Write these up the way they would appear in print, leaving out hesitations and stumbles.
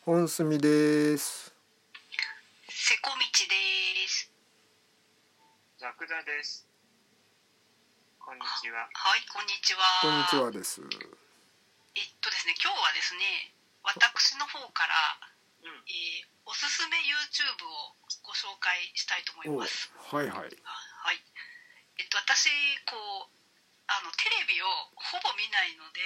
本住です。 せこみちです。 ザクダです。こんにちは。 はい、こんにちは。 こんにちはです。 ですね、今日はですね、私の方から、おすすめ YouTube をご紹介したいと思います。 はいはい。 はい。私テレビをほぼ見ないので、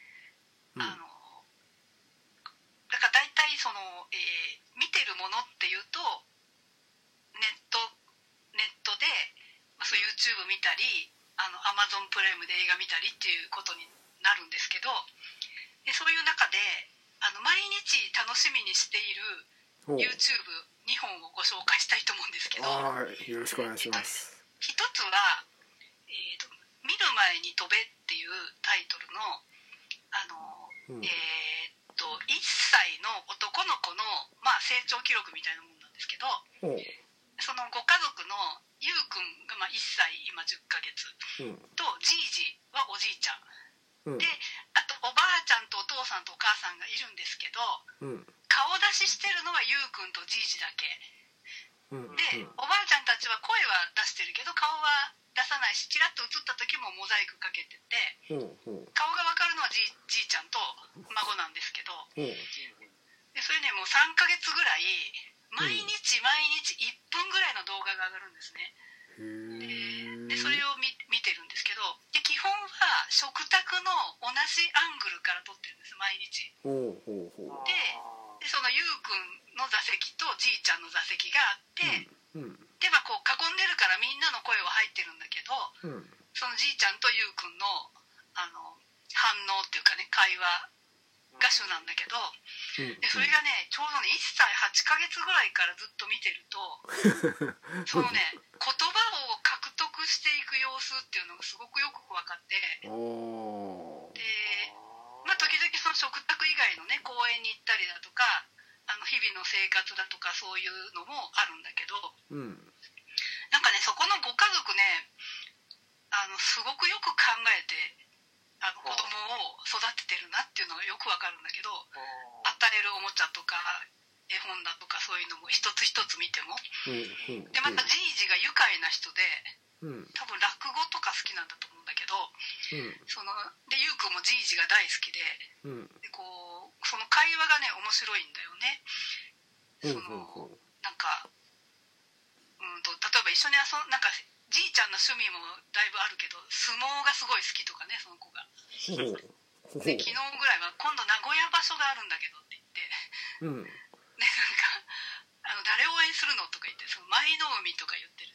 だから大体見てるものっていうとネットで、そう YouTube 見たりAmazon プライムで映画見たりっていうことになるんですけど、でそういう中で毎日楽しみにしている YouTube2 本をご紹介したいと思うんですけど、 はい、よろしくお願いします。 一つは、見る前に飛べっていうタイトルの1歳の男の子の、成長記録みたいなものなんですけど、そのご家族のゆうくんが1歳今10ヶ月、とじいじはおじいちゃん、であとおばあちゃんとお父さんとお母さんがいるんですけど、顔出ししてるのはゆうくんとじいじだけで、おばあちゃんたちは声は出してるけど顔は出さないし、チラッと映った時もモザイクかけてて、顔が分かるのはじいちゃんと孫なんですけど、でそれね、もう3ヶ月ぐらい毎日1分ぐらいの動画が上がるんですね。でそれを見てるんですけど、で基本は食卓の同じアングルから撮ってるんです、毎日。でそのゆうくんの座席とじいちゃんの座席があって、でこう囲んでるからみんなの声は入ってるんだけど、そのじいちゃんとゆうくんの反応っていうかね、会話が主なんだけど、でそれがね、ちょうどね1歳8ヶ月ぐらいからずっと見てるとそのね、言葉を獲得していく様子っていうのがすごくよく分かって、で時々その食卓以外のね、公園に行ったりだとか日々の生活だとかそういうのもあるんだけど、なんかね、そこのご家族ね、すごくよく考えて子供を育ててるなっていうのがよくわかるんだけど、与えるおもちゃとか絵本だとかそういうのも一つ一つ見ても、でまたじいじが愉快な人で、多分落語とか好きなんだと思うんだけど、でゆうくんもじいじが大好きで、その会話がね面白いんだよね。なんか例えば一緒になんかじいちゃんの趣味もだいぶあるけど、相撲がすごい好きとかね、その子が。で昨日ぐらいは今度名古屋場所があるんだけどって言って、でなんか誰応援するのとか言って、その舞の海とか言ってる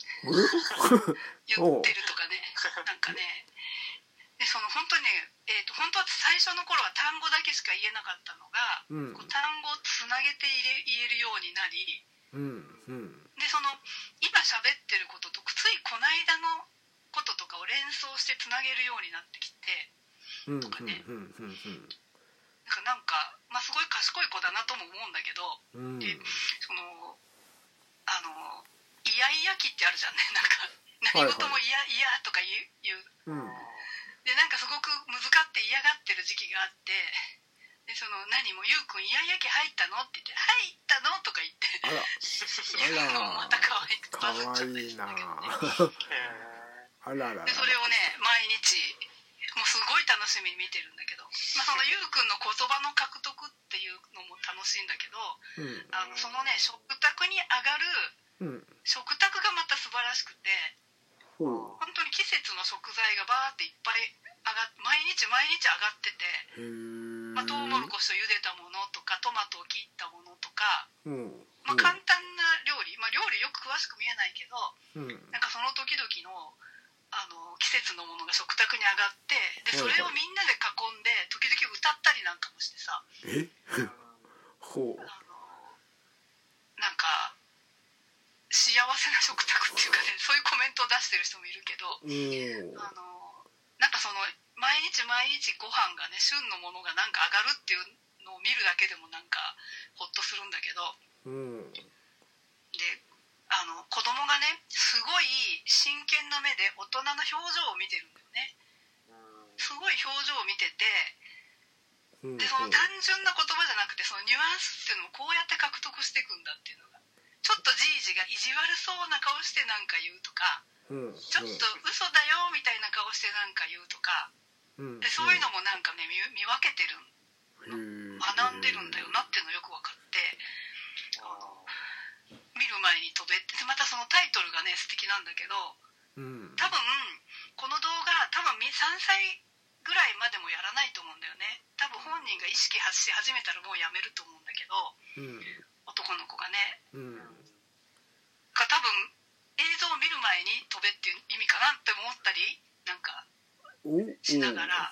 とかね、なんかね、で本当にね、本当は最初の頃は単語だけしか言えなかったのが、単語をつなげて言えるようになり、で今喋ってることとついこの間のこととかを連想してつなげるようになってきてとかね、なんかすごい賢い子だなとも思うんだけど、でイヤイヤ期ってあるじゃんね、なんか何事もイヤイヤとか言う、でなんかすごく難って嫌がってる時期があって、で何もゆうくんイヤイヤ期入ったのって言って、入ったのとか言って言うのもまた可愛くバズっちゃったりするんだけどね。でそれをね毎日もうすごい楽しみに見てるんだけど、ゆうくんの言葉の獲得っていうのも楽しいんだけど、そのね食卓に上がる、食卓がまた素晴らしくて、本当に季節の食材がバーっていっぱい毎日上がってて、トウモロコシを茹でたものとかトマトを切ったものとか、簡単な料理、料理よく詳しく見えないけど、なんかその時々の季節のものが食卓に上がって、でそれをみんなで囲んで時々歌ったりなんかもしてさ、なんか幸せな食卓っていうかね、そういうコメントを出してる人もいるけど、なんか毎日ご飯がね、旬のものがなんか上がるっていうのを見るだけでもなんかホッとするんだけど、で子供がねすごい真剣な目で大人の表情を見てるんだよね。すごい表情を見てて、 うんでその単純な言葉じゃなくてそのニュアンスっていうのをこうやって獲得していくんだっていうのが、ちょっとじいじが意地悪そうな顔してなんか言うとか、 うんちょっと嘘だよみたいな顔してなんか言うとかうんで、そういうのもなんかね見分けてる、学んでるんだよなっていうのよく分かって、見る前に飛べってまたそのタイトルがね素敵なんだけど、 うん多分この動画多分3歳ぐらいまでもやらないと思うんだよね。多分本人が意識発し始めたらもうやめると思うんだけど、 うん男の子がねうん多分映像を見る前に飛べっていう意味かなって思ったりなんかしながら、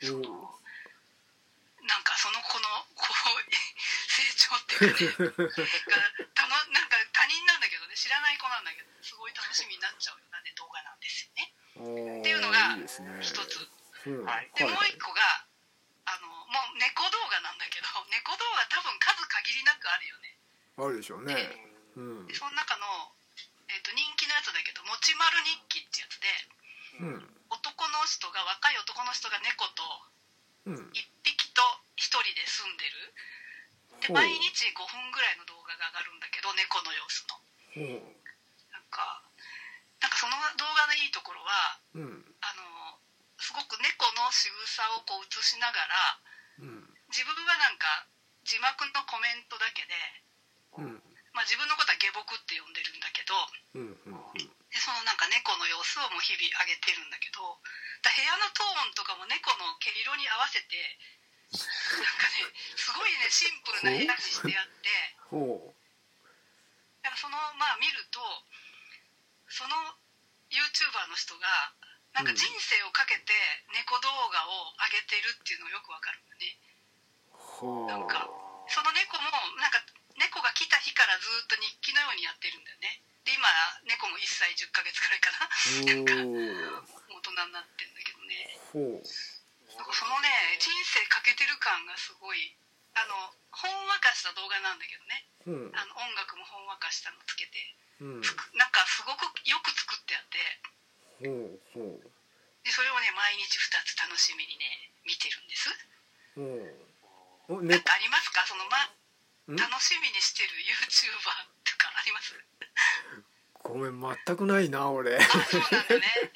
なんかその子のこう成長っていうかねなんか他人なんだけどね、知らない子なんだけどすごい楽しみになっちゃうような、ね、動画なんですよね。っていうのがいいですね。 一つはいで、もう一個がもう猫動画なんだけど、猫動画多分数限りなくあるよね。 あるでしょうね。うんでその中の、人気のやつだけど「もちまる日記」ってやつで、 うん男の人が若い男の人が猫とうん 1匹と1人で住んでるで、 ほう毎日5分ぐらいの動画が上がるんだけど、猫の様子のほなんかその動画のいいところはううんすごく猫の仕草をこう映しながら、 うん自分はなんか字幕のコメントだけで、 うん自分のことは下僕って呼んでるんだけど、 うんでそのなんか猫の様子をもう日々上げてるんだけど、部屋のトーンとかも猫の毛色に合わせてなんかねすごいねシンプルな部屋にしてあって、 ほだからその見るとその YouTuber の人がなんか人生をかけて猫動画を上げてるっていうのがよくわかるんだね。 ほなんかその猫もなんか猫が来た日からずっと日記のようにやってるんだよね。で今猫も1歳10ヶ月くらいかななんか大人になってんだけどね、 ほなんかそのね人生かけてる感がすごいほんわかした動画なんだけどね、 ううん音楽もほんわかしたのつけてうんなんかすごくよく作ってあって、 ほうほでそれをね毎日2つ楽しみにね見てるんです。 うほうおなん猫かありますか、そのん楽しみにしてる YouTuber とかあります？ ごめん全くないな俺あ、そうなんだね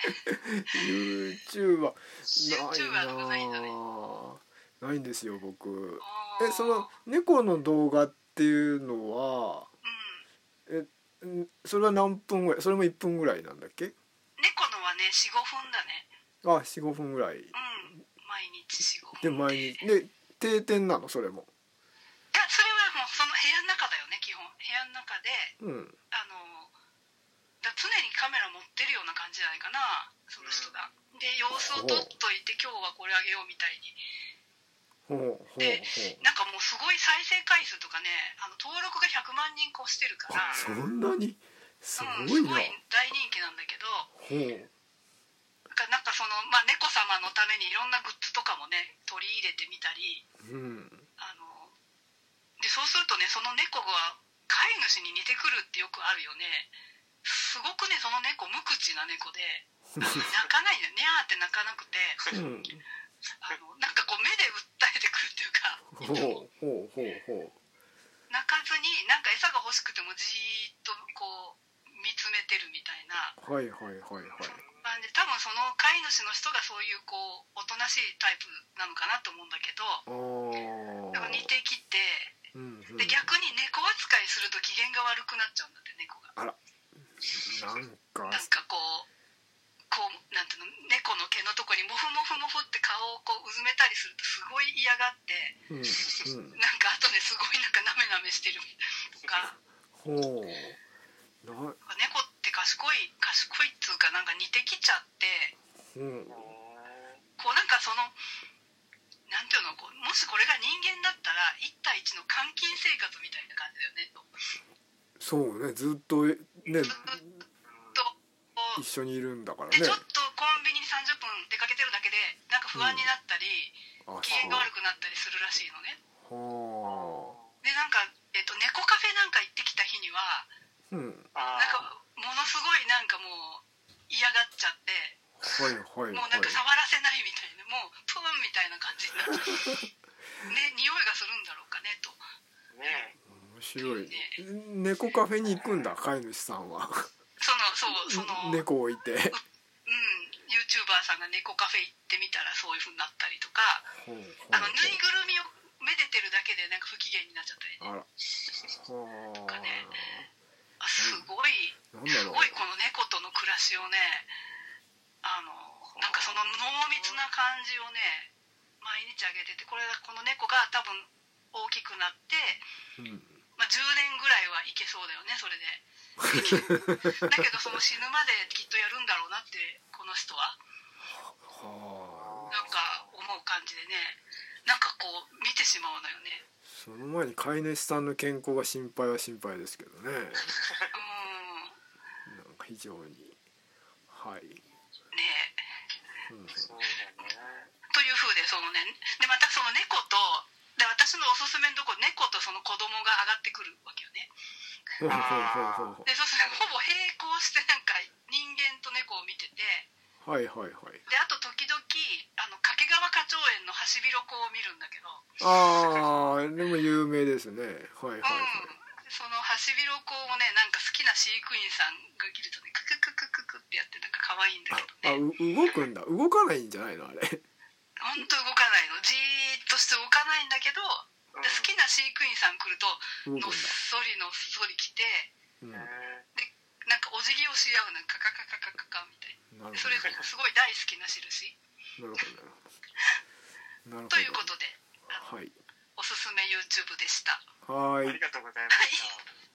YouTuber YouTuber とかないんだね。 ないんですよ僕。 おーその猫の動画っていうのはそれは何分ぐらい、それも1分ぐらいなんだっけ？ 猫のはね 4,5 分だね。 あ、4、5分ぐらい毎日4,5 で分毎日で定点なのそれも？ いや、それはもうその部屋の中だよね、基本部屋の中でうん常にカメラ持ってるような感じじゃないかな、その人が。で様子を撮っといて今日はこれあげようみたいに。 ほうほうほう。 でなんかもうすごい再生回数とかね、登録が100万人越してるからあ、そんなにすごいな。 すごい大人気なんだけど、 ほうなんかその、猫様のためにいろんなグッズとかもね取り入れてみたり、 うんでそうするとねその猫が飼い主に似てくるってよくあるよね。すごくねその猫無口な猫で泣かないのよ、ニャーって泣かなくてうんなんかこう目で訴えてくるっていうか、 ほうほうほうほう。 泣かずになんか餌が欲しくてもじーっとこう見つめてるみたいなはいはいはいはい。 感じで、多分その飼い主の人がそういうこうおとなしいタイプなのかなと思うんだけど、だから似てきて、 うんうん、 で逆に猫扱いすると機嫌が悪くなっちゃうんだって猫が。 あらなんかなんかこうなんていうの、猫の毛のとこにモフモフモフって顔をこううずめたりするとすごい嫌がって、 うんうん、 なんか後ですごいなんかなめなめしてるとか。 ほう猫って賢いっつうかなんか似てきちゃって、 うんこうなんかそのなんていうの、もしこれが人間だったら1対1の監禁生活みたいな感じだよねと。 そうね、ずっとねずっと一緒にいるんだからね。 でちょっとコンビニに30分出かけてるだけでなんか不安になったり、機嫌が悪くなったりするらしいのね。 はでなんか、猫カフェなんか行ってきた日には、 うん、 なんかものすごいなんかもう嫌がっちゃって、 はいはいはい。 もうなんか触らせないみたいな、もうプーンみたいな感じになっちゃう。 匂いがするんだろうかねと。 ね面白い。猫カフェに行くんだ飼い主さんは。 その猫を置いて。 YouTuber さんが猫カフェ行ってみたらそういう風になったりとか、 ほうほうぬいぐるみをめでてるだけでなんか不機嫌になっちゃったりね。 あら。 とかね。すごいこの猫との暮らしをね、なんかその濃密な感じをね毎日あげてて、この猫が多分大きくなって、10年ぐらいはいけそうだよねそれで。だけどその死ぬまできっとやるんだろうなってこの人はなんか思う感じでね、なんかこう見てしまうのよね。 その前に飼い主さんの健康が心配は心配ですけどね。なんか非常にはいねそうだね。 という風ででまたその猫とで私のおすすめのとこ猫とその子供が上がってくるわけよね。でそうするとほぼ並行してなんか人間と猫を見てて、 はいはいはい。 であと時々掛川花鳥園のハシビロコウを見るんだけど、 でも有名ですね。はいはいはい。 そのハシビロコウをねなんか好きな飼育員さんが来るとねククククククってやってなんか可愛いんだけどね。 動くんだ。動かないんじゃないのあれ。 ほんと動かないの。じーっとして動かないんだけど、で好きな飼育員さん来るとのっそりのっそり来て、でなんかお辞儀をし合うなんかカカカカカカみたいな。それすごい大好きな印。 なるほどなるほど。 ということで、 はい。 おすすめ YouTube でした。 はい。 ありがとうございました。